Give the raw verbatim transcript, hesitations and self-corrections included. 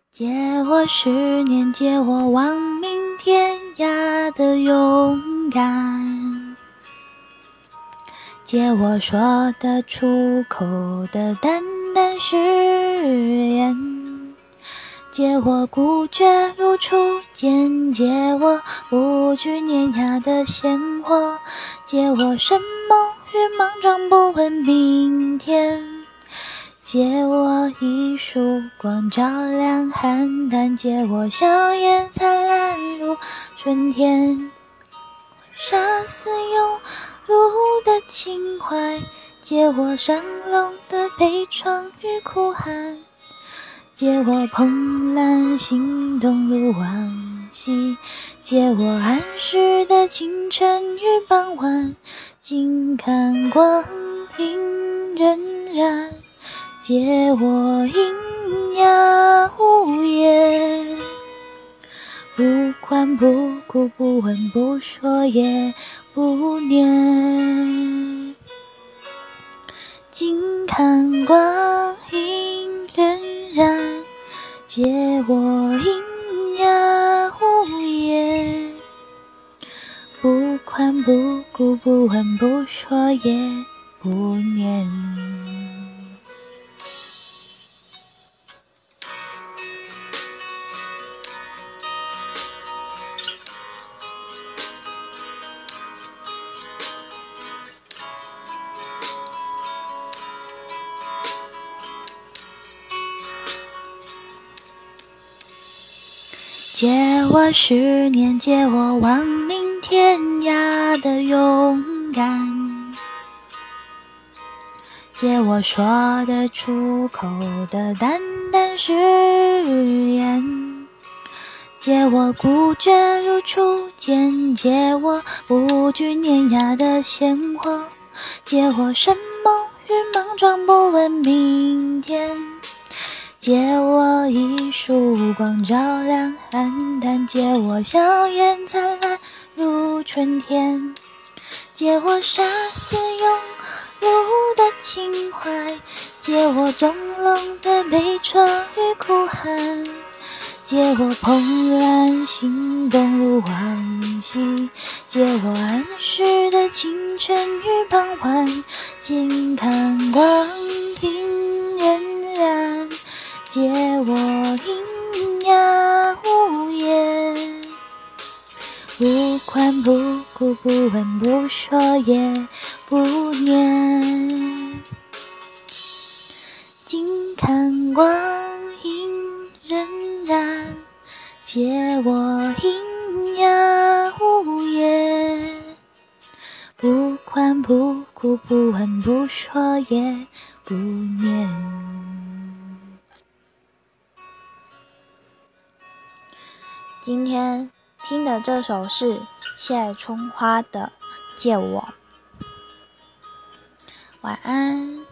借我十年，借我亡命天涯的勇敢，借我说得出口的淡淡誓言，借我孤绝如初见，借我不惧碾压的鲜活，借我生猛与莽撞，不问明天，借我一束光照亮寒淡，借我笑颜灿烂如春天。杀死庸碌的情怀，借我上笼的悲怆与哭喊，借我怦然心动如往昔，借我安适的清晨与傍晚，静看光阴荏苒，借我阴哑无言，不管不顾，不问不说也不念，静看光阴荏苒，借我阴哑无言，不管不顾，不问不说也不念。借我十年，借我亡命天涯的勇敢，借我说得出口的淡淡誓言，借我孤绝如初见，借我不惧碾压的鲜活，借我生猛与莽撞，不问明天，借我一束光照亮寒淡，借我笑颜灿烂如春天，借我杀死庸碌的情怀，借我中笼的悲怆与哭喊，借我怦然心动如往昔，借我安适的清晨与傍晚，静看光阴荏苒，借我阴哑无言，不管不顾，不问不说也不念，静看光阴荏苒，借我阴哑无言，不管不顾，不问不说也不念。今天听的这首是谢春花的《借我》，晚安。